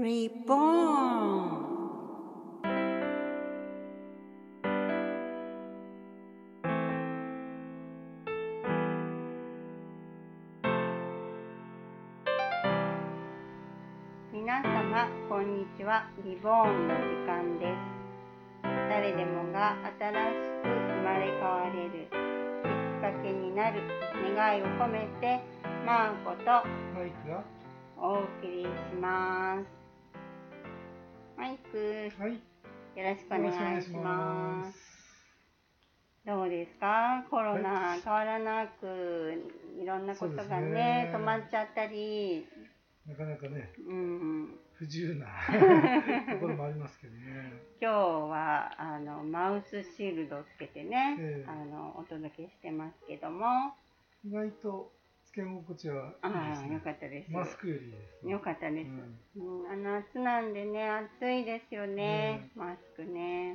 Reborn。皆様こんにちは。リボーンの時間です。誰でもが新しく生まれ変われるきっかけになる願いを込めてマーコとマイクがお送りします。マイク、 はい、 よろしくお願いします。どうですか？コロナ、 はい、 変わらなくいろんなことがそうですね、 ね止まっちゃったり、 なかなかね、 うん不自由なところもありますけどね。 今日はマウスシールドをつけてね、お届けしてますけども、 意外とつけ心地はいいですね。 よかったです。 マスクよりいいですね。 よかったです。夏なんでね、暑いですよね、マスクね。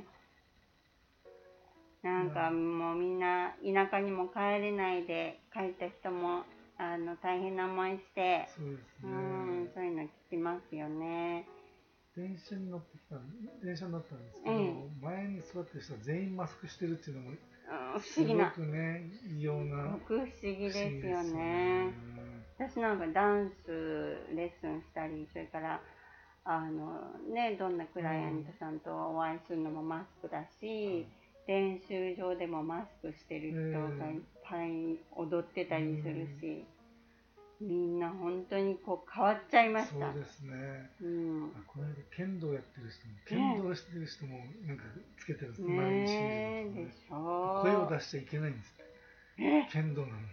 なんかもうみんな田舎にも帰れないで、帰った人も大変な思いして、 そうですね。 そういうの聞きますよね。 電車に乗ったんですけど、前に座ってる人は全員マスクしてるっていうのも不思議な、 すごくね、異様な。 すごく不思議ですよね。私なんかダンスレッスンしたり、それからどんなクライアントさんとお会いするのもマスクだし、練習場でもマスクしてる人がいっぱい踊ってたりするし、みんな本当にこう変わっちゃいました。 そうですね。この間剣道やってる人も、剣道してる人もなんかつけてるんですね。毎日でしょ。 声を出しちゃいけないんですって。剣道なのに。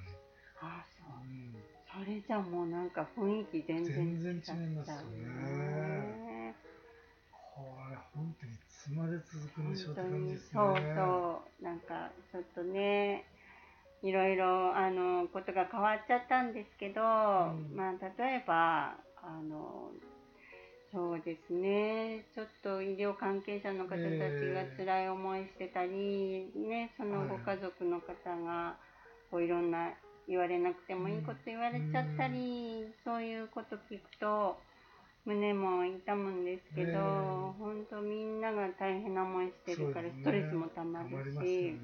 それじゃもうなんか雰囲気全然違っちゃう違いますよね。これ本当にいつまで続くんでしょうって感じですね。 そうなんかちょっとね、いろいろことが変わっちゃったんですけど、例えばそうですね、ちょっと医療関係者の方たちが辛い思いしてたり、そのご家族の方がこういろんな言われなくてもいいこと言われちゃったり、そういうこと聞くと胸も痛むんですけど、本当みんなが大変な思いしてるからストレスもたまるし、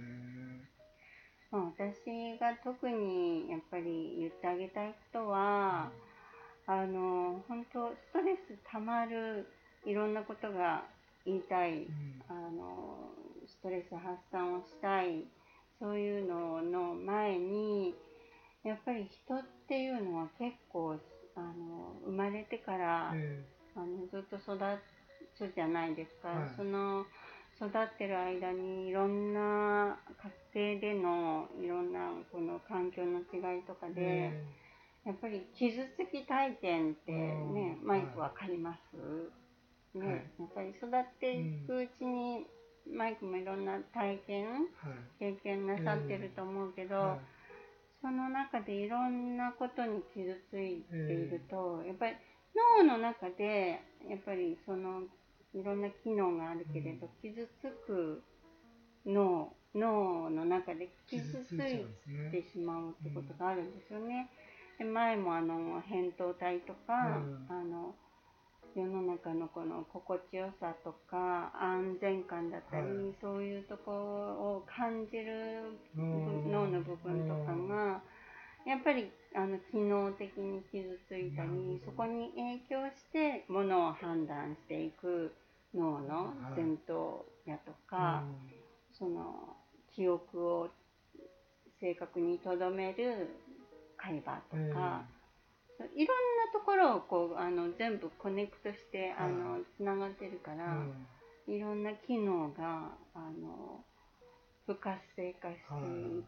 私が特にやっぱり言ってあげたいことは、本当ストレスたまるいろんなことが言いたい、ストレス発散をしたい、そういうのの前に、やっぱり人っていうのは結構生まれてから、ずっと育つじゃないですか。その育ってる間にいろんな家庭でのいろんなこの環境の違いとかで、やっぱり傷つき体験ってね、マイクわかりますね。やっぱり育っていくうちにマイクもいろんな体験、経験なさってると思うけど、その中でいろんなことに傷ついていると、やっぱり脳の中でやっぱりそのいろんな機能があるけれど、傷つく脳の中で傷ついてしまうってことがあるんですよね。で前も扁桃体とか、世の中のこの心地よさとか安全感だったり、そういうところを感じる脳の部分とかがやっぱり機能的に傷ついたり、そこに影響してものを判断していく脳の前頭やとか、その記憶を正確にとどめる海馬とか、いろんなところをこう全部コネクトしてつながってるから、いろんな機能が不活性化していって、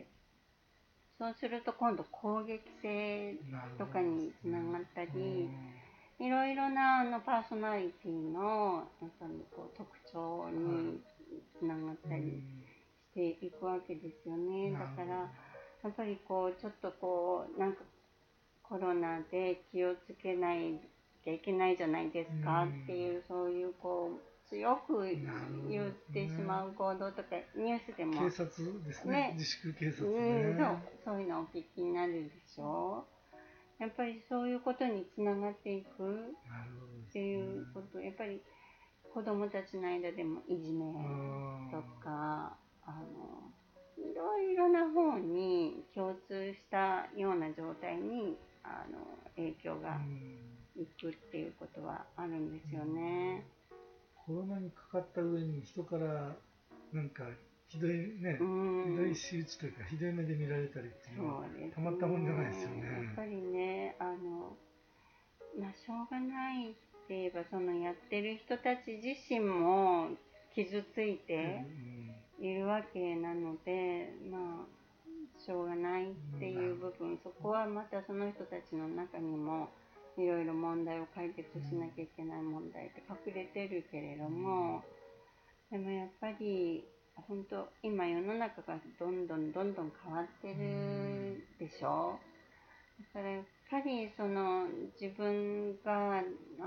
そうすると今度攻撃性とかにつながったり、いろいろなパーソナリティのやっぱりこう特徴につながったりしていくわけですよね。だからやっぱりこうちょっとこうなんかコロナで気をつけないきゃいけないじゃないですかっていう、そういうこう強く言ってしまう行動とかニュースでも警察ですね、自粛警察ね、 そういうのをお聞きになるでしょ。やっぱりそういうことにつながっていく。 っていうこと、やっぱり子供たちの間でもいじめとか、いろいろな方に共通したような状態に影響がいくっていうことはあるんですよね。 コロナにかかった上に人からなんかひどいね、ひどい仕打ちというかひどい目で見られたりっていうのはたまったもんじゃないですよね。 やっぱりね、しょうがないって言えば、そのやってる人たち自身も傷ついているわけなので、しょうがないっていう部分、そこはまたその人たちの中にもいろいろ問題を解決しなきゃいけない問題って隠れてるけれども、でもやっぱり本当今世の中がどんどん変わってるでしょ。だからやっぱりその自分が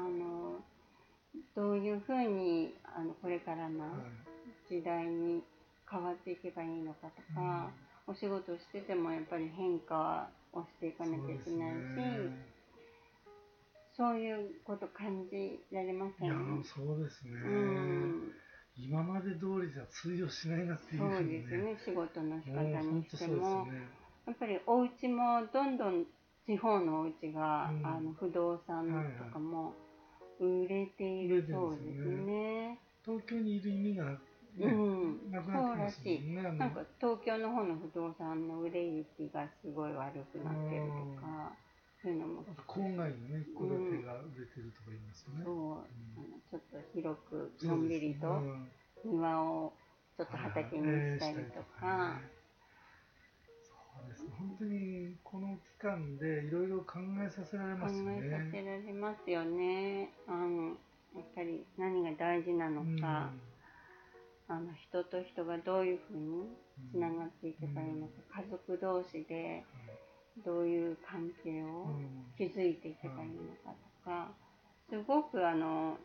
どういうふうにこれからの時代に変わっていけばいいのかとか、お仕事をしててもやっぱり変化をしていかなきゃいけないし、そういうこと感じられません？ いや、そうですね。今まで通りじゃ通用しないなっていうふうにね。 そうですね、仕事の仕方にしても、やっぱりお家もどんどん地方のお家が、不動産とかも売れているそうですね。 東京にいる意味が、なくなってますもんね。 なんか東京の方の不動産の売れ行きがすごい悪くなってるとか、そういうのも。 郊外のね、一戸建てが売れてるとか言いますよね。 そう、ちょっと広くのんびりと庭をちょっと畑にしたりとか。 そうですね、本当にこの期間でいろいろ考えさせられますよね。 考えさせられますよね。やっぱり何が大事なのか、人と人がどういうふうにつながっていけばいいのか、家族同士でどういう関係を築いていけばいいのかとか、すごくいろ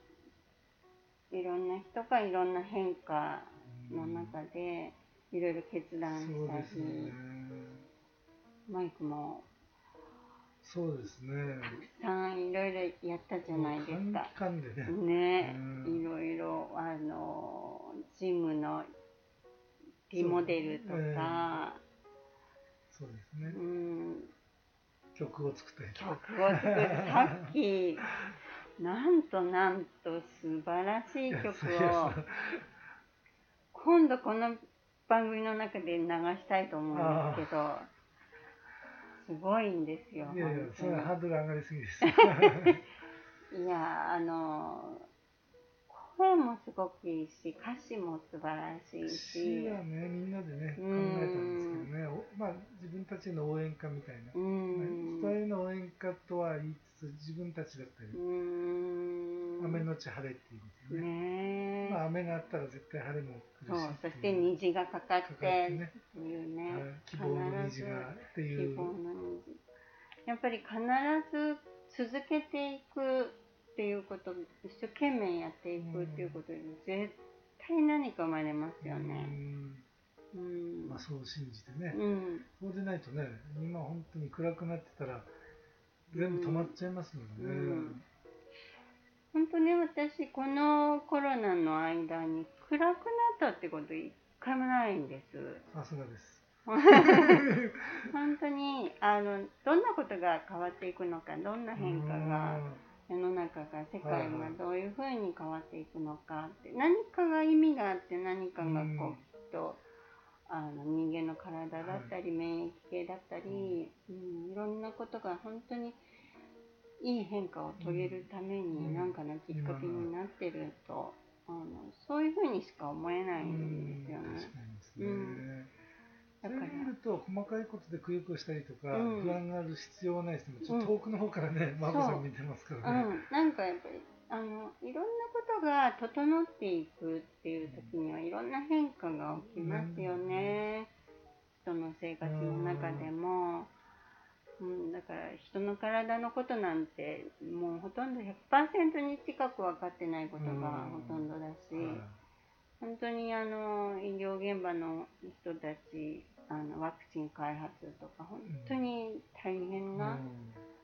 んな人がいろんな変化の中でいろいろ決断したり、マイクもそうですね、 たくさんいろいろやったじゃないですか。 短期間でね、いろいろジムのリモデルとか、 そうですね、曲を作ったりとか。 さっきなんと素晴らしい曲を今度この番組の中で流したいと思うんですけど、すごいんですよ。 いやいや、それはハードル上がりすぎです。 いや、声もすごくいいし、歌詞も素晴らしいし。 詩はね、みんなでね、考えたんですけどね、自分たちの応援歌みたいな。人への応援歌とは言いつつ、自分たちだったり、雨のち晴れっていうんですよね。雨があったら絶対晴れも来るし。 そして虹がかかってっていうね。 希望の虹がっていう。 やっぱり必ず続けていくっていうこと、一生懸命やっていくっていうことで絶対何か生まれますよね。 そう信じてね。そうでないとね、今本当に暗くなってたら全部止まっちゃいますのでね。 本当に私このコロナの間に暗くなったってこと一回もないんです。 さすがです。 本当にどんなことが変わっていくのか、どんな変化が世の中が世界がどういうふうに変わっていくのかって、何かが意味があって、何かがこうきっと人間の体だったり免疫系だったり、いろんなことが本当にいい変化を遂げるために何かのきっかけになってると、そういうふうにしか思えないんですよね。 そういう見ると細かいことでくよくよしたりとか、不安がある必要はないですけど、ちょっと遠くの方からね、マコさん見てますからね。 なんかやっぱりいろんなことが整っていくっていう時にはいろんな変化が起きますよね。人の生活の中でも。だから人の体のことなんてもうほとんど 100% に近く分かってないことがほとんどだし、本当に医療現場の人たちワクチン開発とか本当に大変な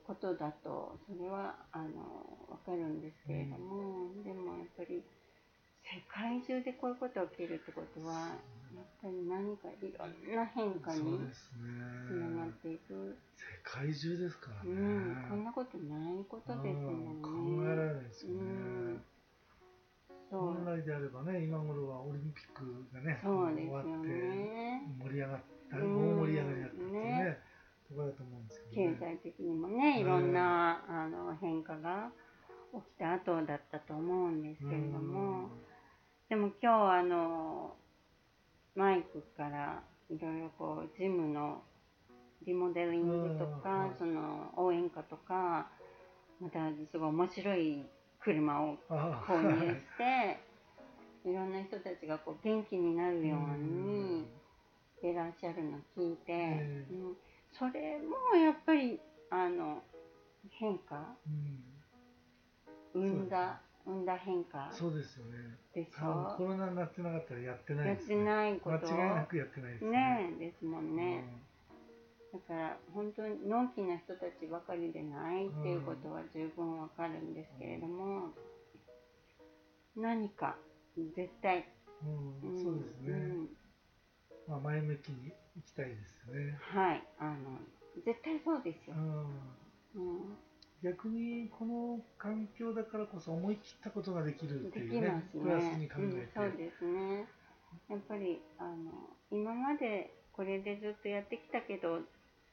ことだとそれはわかるんですけれども、でもやっぱり世界中でこういうことが起きるってことは、やっぱり何かいろんな変化につながっていく。 世界中ですからね。 こんなことないことですもんね。 考えられないですよね。本来であればね、今頃はオリンピックがね、終わって盛り上がった、大盛り上がりだったっていうね、ところだと思うんですけどね。 経済的にもね、いろんな変化が起きた後だったと思うんですけれども、でも今日マイクからいろいろこうジムのリモデリングとか、その応援歌とか、またすごい面白い車を購入していろんな人たちがこう元気になるようにしてらっしゃるのを聞いて、それもやっぱり変化、生んだ変化。 そうですよね。 でしょ。 コロナになってなかったらやってないですね。 やってないこと。 間違いなくやってないですね。 ねですもんね。だから本当にのんきな人たちばかりでないっていうことは十分わかるんですけれども、何か絶対、 そうですね。前向きにいきたいですよね。 はい、絶対そうですよ。 逆にこの環境だからこそ思い切ったことができるっていうね、プラスに考えて、 そうですね。やっぱり今までこれでずっとやってきたけど、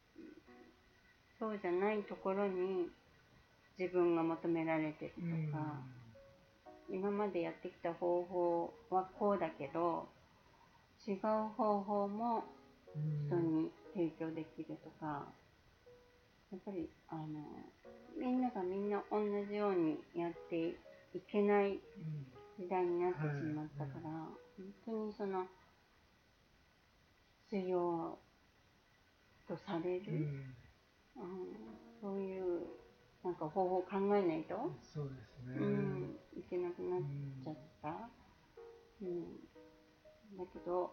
そうじゃないところに自分が求められてるとか、今までやってきた方法はこうだけど違う方法も人に提供できるとか、やっぱりみんながみんな同じようにやっていけない時代になってしまったから、本当にその必要とされる、そういうなんか方法を考えないと、 そうですね、 いけなくなっちゃった、だけど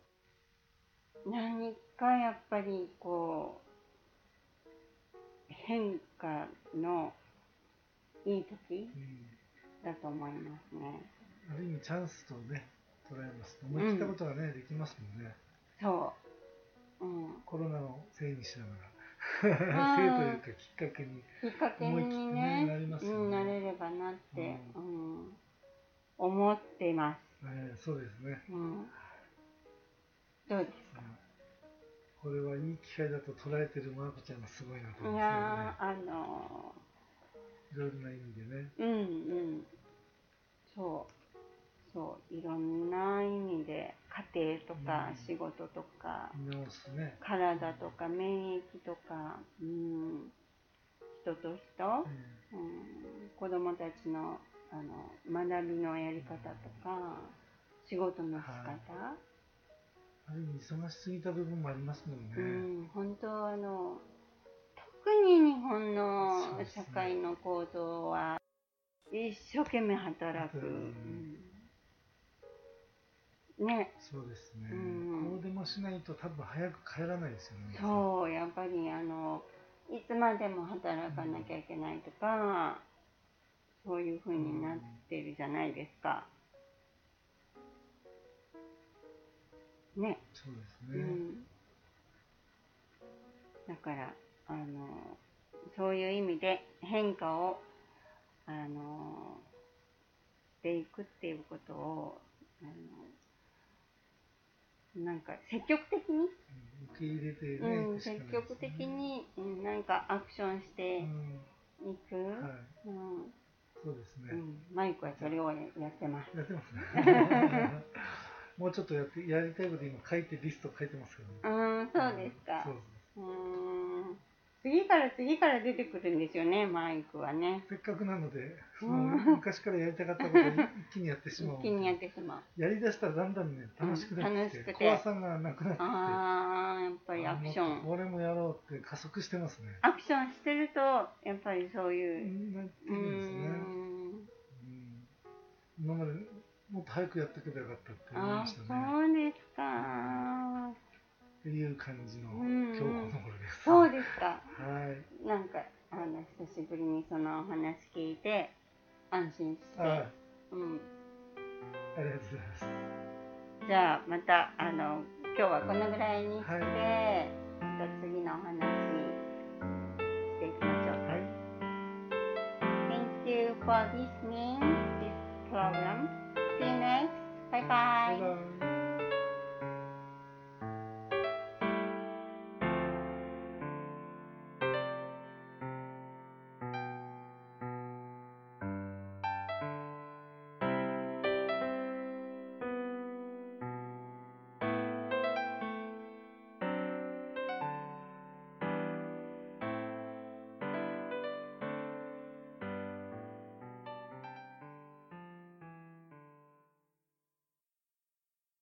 何かやっぱりこう変化のいい時だと思いますね。 ある意味チャンスとね捉えますと思い切ったことがね、できますもんね。 そう、 コロナのせいにしながらせいというかきっかけにねなりますよね。 なれればなって、思ってます。 そうですね。 どうですか。 これはいい機会だと捉えてるまこちゃんがすごいなと思いますけどね。いろいろな意味でね。 そういろんな意味で家庭とか仕事とか、体とか免疫とか、人と人、子供たちの学びのやり方とか仕事の仕方、 ある意味忙しすぎた部分もありますもんね。 本当特に日本の社会の構造は一生懸命働く。ね。 そうですね。こうでもしないと多分早く帰らないですよね。 そう、やっぱりいつまでも働かなきゃいけないとか、そういう風になってるじゃないですか。ね。 そうですね。 だからそういう意味で変化をしていくっていうことをなんか積極的に受け入れてね、 積極的になんかアクションしていく。 そうですね。 マイクはそれをやってます。 やってますね。もうちょっとやりたいこと今リスト書いてますからね。そうですか。次から出てくるんですよね、マイクはね。 せっかくなので、昔からやりたかったことを一気にやってしまう。やりだしたらだんだんね、楽しくなってきて、怖さがなくなってきて。 やっぱりアクション。 これもやろうって加速してますね。 アクションしてると、やっぱりそういう。 なってるんですね。今までもっと早くやってくればよかったって思いましたね。 そうですか。 っていう感じの今日この頃です。 そうですか。 はい。 なんか久しぶりにそのお話聞いて安心して、うん、 ありがとうございます。 じゃあまた今日はこのぐらいにして、また次のお話していきましょう。 はい。 Thank you for listening this program. See you next. Bye bye. Bye bye.